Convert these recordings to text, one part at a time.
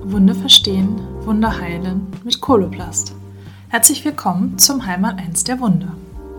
Wunde verstehen, Wunder heilen mit Coloplast. Herzlich willkommen zum Heilmal-1 der Wunde.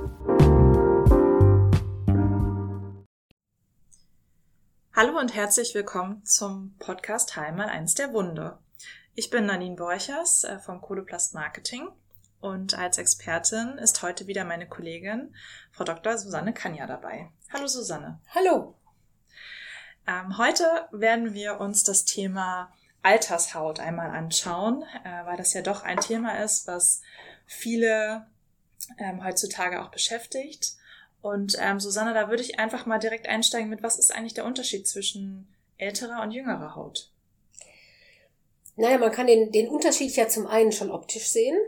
Hallo und herzlich willkommen zum Podcast Heilmal-1 der Wunde. Ich bin Nadine Borchers vom Coloplast Marketing und als Expertin ist heute wieder meine Kollegin, Frau Dr. Susanne Kanja dabei. Hallo Susanne. Hallo. Heute werden wir uns das Thema Altershaut einmal anschauen, weil das ja doch ein Thema ist, was viele heutzutage auch beschäftigt. Und Susanne, da würde ich einfach mal direkt einsteigen mit, was ist eigentlich der Unterschied zwischen älterer und jüngerer Haut? Naja, man kann den Unterschied ja zum einen schon optisch sehen,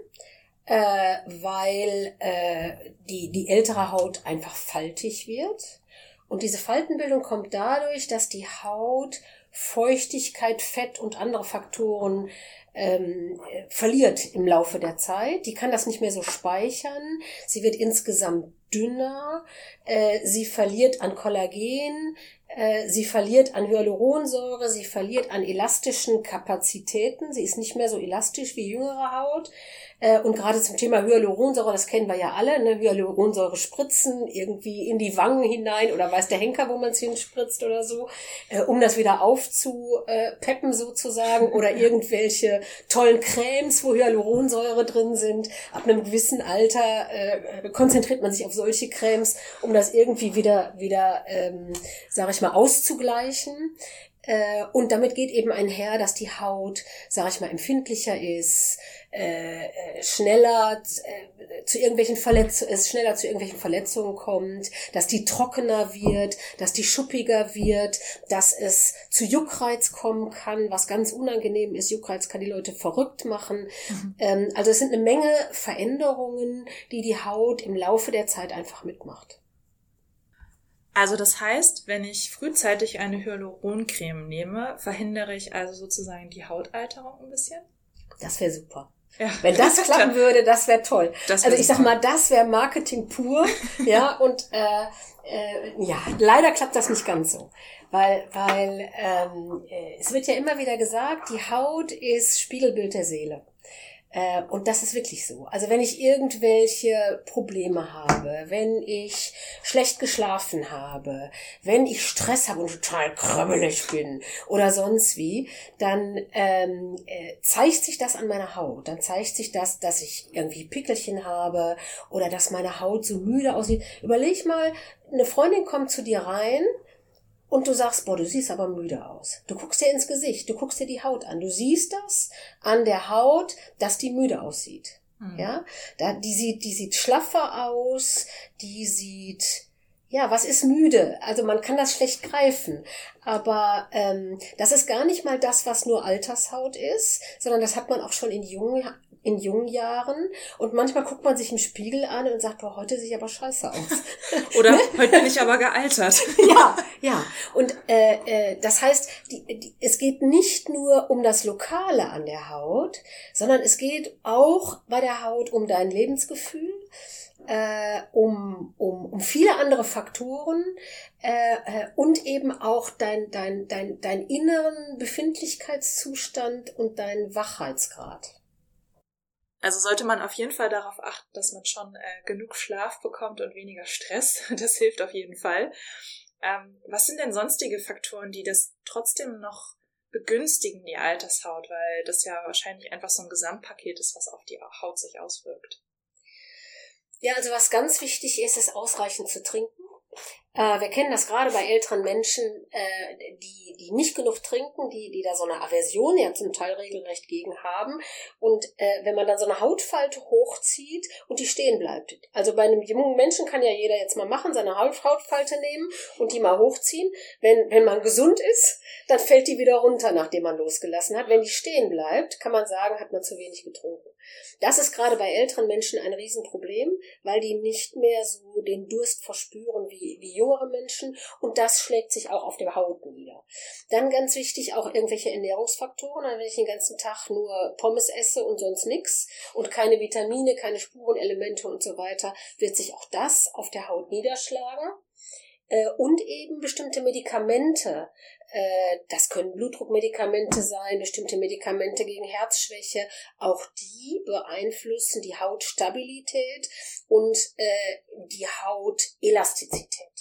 weil die ältere Haut einfach faltig wird. Und diese Faltenbildung kommt dadurch, dass die Haut Feuchtigkeit, Fett und andere Faktoren verliert im Laufe der Zeit. Die kann das nicht mehr so speichern. Sie wird insgesamt dünner. Sie verliert an Kollagen. Sie verliert an Hyaluronsäure. Sie verliert an elastischen Kapazitäten. Sie ist nicht mehr so elastisch wie jüngere Haut. Und gerade zum Thema Hyaluronsäure, das kennen wir ja alle, ne? Hyaluronsäure spritzen irgendwie in die Wangen hinein oder weiß der Henker, wo man es hinspritzt oder so, um das wieder aufzupeppen sozusagen, oder irgendwelche tollen Cremes, wo Hyaluronsäure drin sind. Ab einem gewissen Alter konzentriert man sich auf solche Cremes, um das irgendwie wieder sag ich mal, auszugleichen. Und damit geht eben einher, dass die Haut, sag ich mal, empfindlicher ist, schneller zu irgendwelchen Verletzungen kommt, dass die trockener wird, dass die schuppiger wird, dass es zu Juckreiz kommen kann, was ganz unangenehm ist. Juckreiz kann die Leute verrückt machen. Also es sind eine Menge Veränderungen, die die Haut im Laufe der Zeit einfach mitmacht. Also das heißt, wenn ich frühzeitig eine Hyaluroncreme nehme, verhindere ich also sozusagen die Hautalterung ein bisschen? Das wäre super. Ja. Wenn das klappen würde, das wäre toll. Also ich sag mal, das wäre Marketing pur. Ja, und leider klappt das nicht ganz so. Weil es wird ja immer wieder gesagt, die Haut ist Spiegelbild der Seele. Und das ist wirklich so. Also wenn ich irgendwelche Probleme habe, wenn ich schlecht geschlafen habe, wenn ich Stress habe und total krümmelig bin oder sonst wie, dann zeigt sich das an meiner Haut. Dann zeigt sich das, dass ich irgendwie Pickelchen habe oder dass meine Haut so müde aussieht. Überleg mal, eine Freundin kommt zu dir rein und du sagst, boah, du siehst aber müde aus. Du guckst dir ins Gesicht, du guckst dir die Haut an. Du siehst das an der Haut, dass die müde aussieht. Ja, die sieht schlaffer aus, die sieht, ja, was ist müde? Also man kann das schlecht greifen. Aber das ist gar nicht mal das, was nur Altershaut ist, sondern das hat man auch schon in jungen Jahren, und manchmal guckt man sich im Spiegel an und sagt, boah, heute sehe ich aber scheiße aus. Oder heute bin ich aber gealtert. Ja. Und das heißt, es geht nicht nur um das Lokale an der Haut, sondern es geht auch bei der Haut um dein Lebensgefühl, um viele andere Faktoren und eben auch dein inneren Befindlichkeitszustand und dein Wachheitsgrad. Also sollte man auf jeden Fall darauf achten, dass man schon genug Schlaf bekommt und weniger Stress. Das hilft auf jeden Fall. Was sind denn sonstige Faktoren, die das trotzdem noch begünstigen, die Altershaut? Weil das ja wahrscheinlich einfach so ein Gesamtpaket ist, was auf die Haut sich auswirkt. Ja, also was ganz wichtig ist ausreichend zu trinken. Wir kennen das gerade bei älteren Menschen, die nicht genug trinken, die da so eine Aversion ja zum Teil regelrecht gegen haben. Und wenn man dann so eine Hautfalte hochzieht und die stehen bleibt. Also bei einem jungen Menschen kann ja jeder jetzt mal machen, seine Hautfalte nehmen und die mal hochziehen. Wenn man gesund ist, dann fällt die wieder runter, nachdem man losgelassen hat. Wenn die stehen bleibt, kann man sagen, hat man zu wenig getrunken. Das ist gerade bei älteren Menschen ein Riesenproblem, weil die nicht mehr so den Durst verspüren wie jüngere Menschen, und das schlägt sich auch auf der Haut nieder. Dann ganz wichtig auch irgendwelche Ernährungsfaktoren. Wenn ich den ganzen Tag nur Pommes esse und sonst nichts und keine Vitamine, keine Spurenelemente und so weiter, wird sich auch das auf der Haut niederschlagen. Und eben bestimmte Medikamente, Das können Blutdruckmedikamente sein, bestimmte Medikamente gegen Herzschwäche. Auch die beeinflussen die Hautstabilität und die Hautelastizität.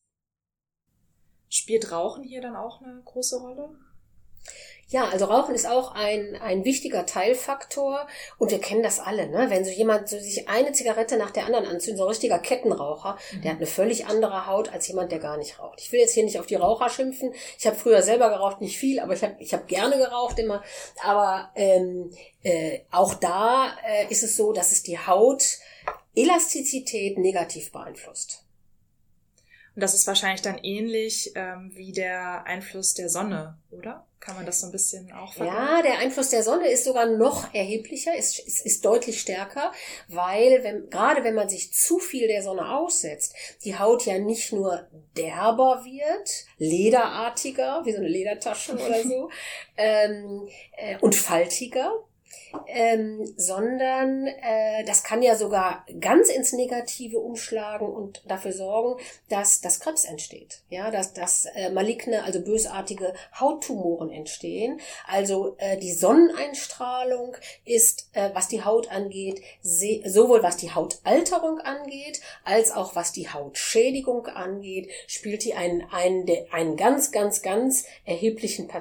Spielt Rauchen hier dann auch eine große Rolle? Ja, also Rauchen ist auch ein wichtiger Teilfaktor und wir kennen das alle, ne? Wenn so jemand so sich eine Zigarette nach der anderen anzündet, so ein richtiger Kettenraucher, der hat eine völlig andere Haut als jemand, der gar nicht raucht. Ich will jetzt hier nicht auf die Raucher schimpfen. Ich habe früher selber geraucht, nicht viel, aber ich hab gerne geraucht immer. Aber auch da ist es so, dass es die Hautelastizität negativ beeinflusst. Und das ist wahrscheinlich dann ähnlich wie der Einfluss der Sonne, oder? Kann man das so ein bisschen auch vergleichen? Ja, der Einfluss der Sonne ist sogar noch erheblicher, ist deutlich stärker, weil gerade wenn man sich zu viel der Sonne aussetzt, die Haut ja nicht nur derber wird, lederartiger, wie so eine Ledertasche oder so, und faltiger, sondern das kann ja sogar ganz ins Negative umschlagen und dafür sorgen, dass das Krebs entsteht, ja, dass maligne, also bösartige Hauttumoren entstehen. Also die Sonneneinstrahlung ist, was die Haut angeht, sowohl was die Hautalterung angeht, als auch was die Hautschädigung angeht, spielt die einen ganz erheblichen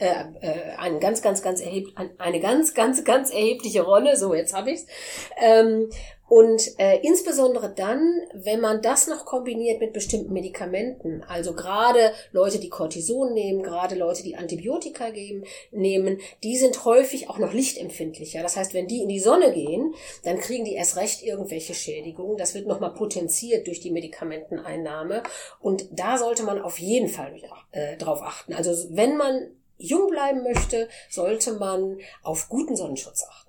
eine ganz erhebliche Rolle. So, jetzt habe ich's. Insbesondere dann, wenn man das noch kombiniert mit bestimmten Medikamenten, also gerade Leute, die Cortison nehmen, gerade Leute, die Antibiotika nehmen, die sind häufig auch noch lichtempfindlicher. Das heißt, wenn die in die Sonne gehen, dann kriegen die erst recht irgendwelche Schädigungen. Das wird nochmal potenziert durch die Medikamenteneinnahme. Und da sollte man auf jeden Fall drauf achten. Also wenn man jung bleiben möchte, sollte man auf guten Sonnenschutz achten.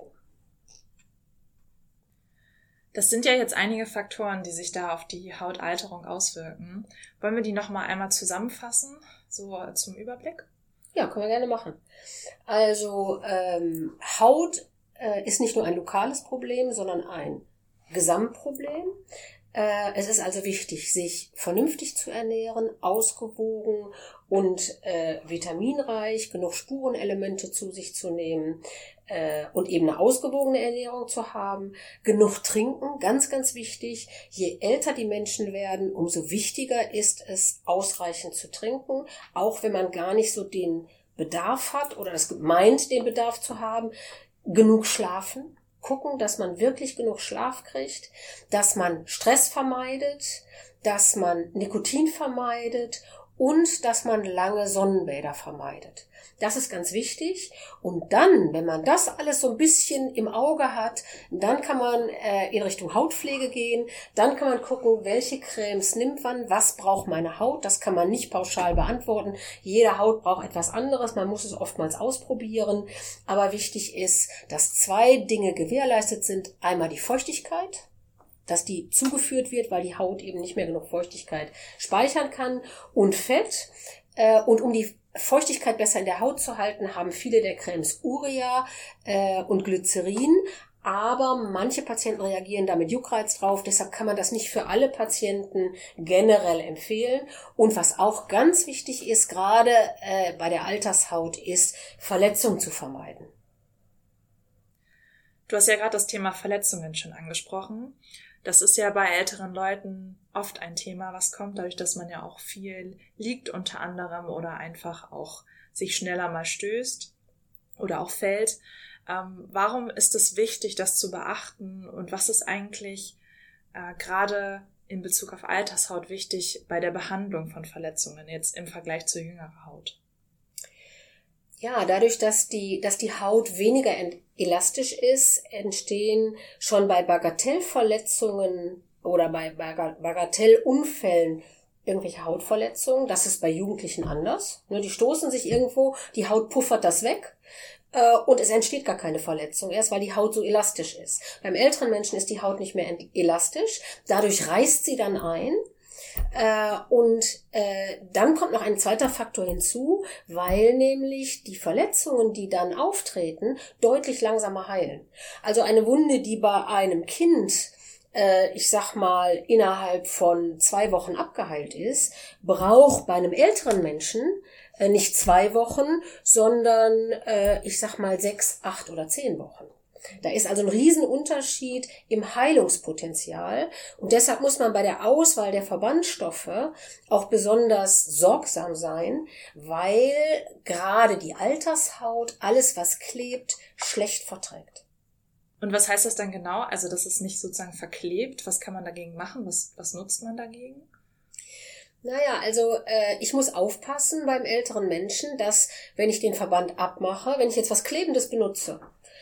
Das sind ja jetzt einige Faktoren, die sich da auf die Hautalterung auswirken. Wollen wir die nochmal einmal zusammenfassen, so zum Überblick? Ja, können wir gerne machen. Also Haut ist nicht nur ein lokales Problem, sondern ein Gesamtproblem. Es ist also wichtig, sich vernünftig zu ernähren, ausgewogen und vitaminreich, genug Spurenelemente zu sich zu nehmen und eben eine ausgewogene Ernährung zu haben. Genug trinken, ganz wichtig. Je älter die Menschen werden, umso wichtiger ist es, ausreichend zu trinken, auch wenn man gar nicht so den Bedarf hat oder das meint, den Bedarf zu haben. Genug schlafen. Gucken, dass man wirklich genug Schlaf kriegt, dass man Stress vermeidet, dass man Nikotin vermeidet und dass man lange Sonnenbäder vermeidet. Das ist ganz wichtig. Und dann, wenn man das alles so ein bisschen im Auge hat, dann kann man in Richtung Hautpflege gehen. Dann kann man gucken, welche Cremes nimmt man, was braucht meine Haut. Das kann man nicht pauschal beantworten. Jede Haut braucht etwas anderes. Man muss es oftmals ausprobieren. Aber wichtig ist, dass 2 Dinge gewährleistet sind. Einmal die Feuchtigkeit, dass die zugeführt wird, weil die Haut eben nicht mehr genug Feuchtigkeit speichern kann, und Fett. Und um die Feuchtigkeit besser in der Haut zu halten, haben viele der Cremes Urea und Glycerin, aber manche Patienten reagieren da mit Juckreiz drauf, deshalb kann man das nicht für alle Patienten generell empfehlen. Und was auch ganz wichtig ist, gerade bei der Altershaut, ist, Verletzungen zu vermeiden. Du hast ja gerade das Thema Verletzungen schon angesprochen. Das ist ja bei älteren Leuten oft ein Thema, was kommt, dadurch, dass man ja auch viel liegt unter anderem oder einfach auch sich schneller mal stößt oder auch fällt. Warum ist es wichtig, das zu beachten, und was ist eigentlich gerade in Bezug auf Altershaut wichtig bei der Behandlung von Verletzungen jetzt im Vergleich zur jüngeren Haut? Ja, dadurch, dass die Haut weniger elastisch ist, entstehen schon bei Bagatellverletzungen oder bei Bagatellunfällen irgendwelche Hautverletzungen. Das ist bei Jugendlichen anders. Die stoßen sich irgendwo, die Haut puffert das weg und es entsteht gar keine Verletzung, erst weil die Haut so elastisch ist. Beim älteren Menschen ist die Haut nicht mehr elastisch, dadurch reißt sie dann ein. Dann kommt noch ein zweiter Faktor hinzu, weil nämlich die Verletzungen, die dann auftreten, deutlich langsamer heilen. Also eine Wunde, die bei einem Kind, ich sag mal, innerhalb von 2 Wochen abgeheilt ist, braucht bei einem älteren Menschen Nicht 2 Wochen, sondern ich sag mal 6, 8 oder 10 Wochen. Da ist also ein Riesenunterschied im Heilungspotenzial und deshalb muss man bei der Auswahl der Verbandstoffe auch besonders sorgsam sein, weil gerade die Altershaut alles, was klebt, schlecht verträgt. Und was heißt das dann genau? Also das ist nicht sozusagen verklebt. Was kann man dagegen machen? Was nutzt man dagegen? Naja, also ich muss aufpassen beim älteren Menschen, dass wenn ich den Verband abmache, wenn ich jetzt was Klebendes benutze,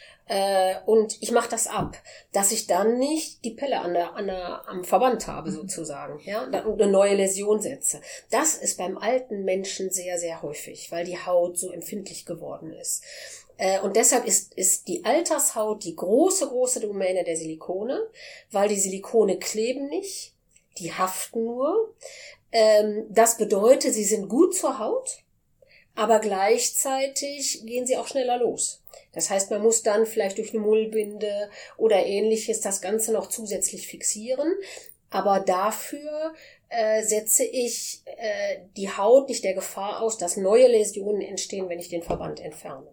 und ich mache das ab, dass ich dann nicht die Pelle am Verband habe sozusagen, ja, und eine neue Läsion setze. Das ist beim alten Menschen sehr, sehr häufig, weil die Haut so empfindlich geworden ist. Und deshalb ist die Altershaut die große, große Domäne der Silikone, weil die Silikone kleben nicht, die haften nur. Das bedeutet, sie sind gut zur Haut, aber gleichzeitig gehen sie auch schneller los. Das heißt, man muss dann vielleicht durch eine Mullbinde oder Ähnliches das Ganze noch zusätzlich fixieren. Aber dafür setze ich die Haut nicht der Gefahr aus, dass neue Läsionen entstehen, wenn ich den Verband entferne.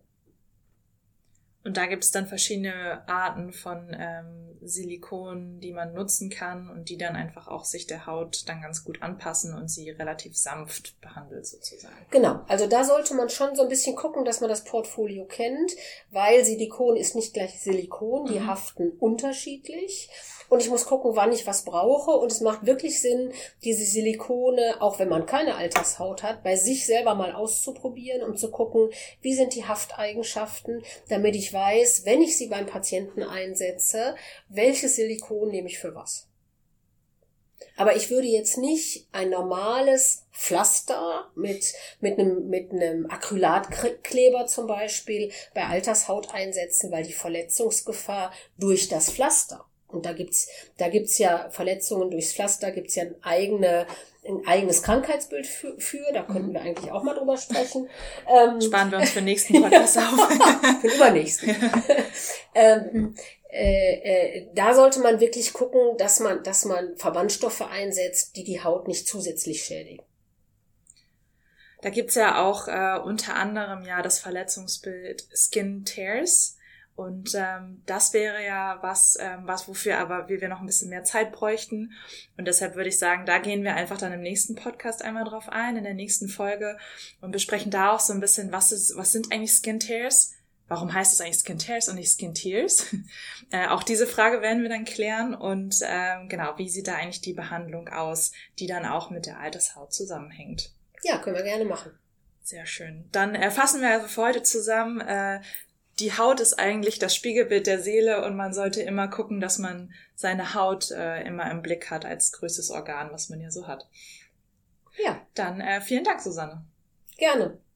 Und da gibt es dann verschiedene Arten von Silikon, die man nutzen kann und die dann einfach auch sich der Haut dann ganz gut anpassen und sie relativ sanft behandelt sozusagen. Genau, also da sollte man schon so ein bisschen gucken, dass man das Portfolio kennt, weil Silikon ist nicht gleich Silikon, die haften unterschiedlich. Und ich muss gucken, wann ich was brauche. Und es macht wirklich Sinn, diese Silikone, auch wenn man keine Altershaut hat, bei sich selber mal auszuprobieren, um zu gucken, wie sind die Hafteigenschaften, damit ich weiß, wenn ich sie beim Patienten einsetze, welches Silikon nehme ich für was. Aber ich würde jetzt nicht ein normales Pflaster mit einem Acrylatkleber zum Beispiel bei Altershaut einsetzen, weil die Verletzungsgefahr durch das Pflaster, und da gibt's ja Verletzungen durchs Pflaster, gibt's ja ein eigenes Krankheitsbild für, da könnten wir eigentlich auch mal drüber sprechen. Sparen wir uns für den nächsten Podcast auf. Für den übernächsten. Da sollte man wirklich gucken, dass man Verbandstoffe einsetzt, die die Haut nicht zusätzlich schädigen. Da gibt's ja auch unter anderem ja das Verletzungsbild Skin Tears. Und das wäre ja was wofür aber wir noch ein bisschen mehr Zeit bräuchten. Und deshalb würde ich sagen, da gehen wir einfach dann im nächsten Podcast einmal drauf ein, in der nächsten Folge, und besprechen da auch so ein bisschen, was sind eigentlich Skin Tears? Warum heißt es eigentlich Skin Tears und nicht Skin Tears? Auch diese Frage werden wir dann klären. Und genau, wie sieht da eigentlich die Behandlung aus, die dann auch mit der Altershaut zusammenhängt? Ja, können wir gerne machen. Sehr schön. Dann fassen wir also für heute zusammen. Die Haut ist eigentlich das Spiegelbild der Seele und man sollte immer gucken, dass man seine Haut immer im Blick hat als größtes Organ, was man ja so hat. Ja. Dann vielen Dank, Susanne. Gerne.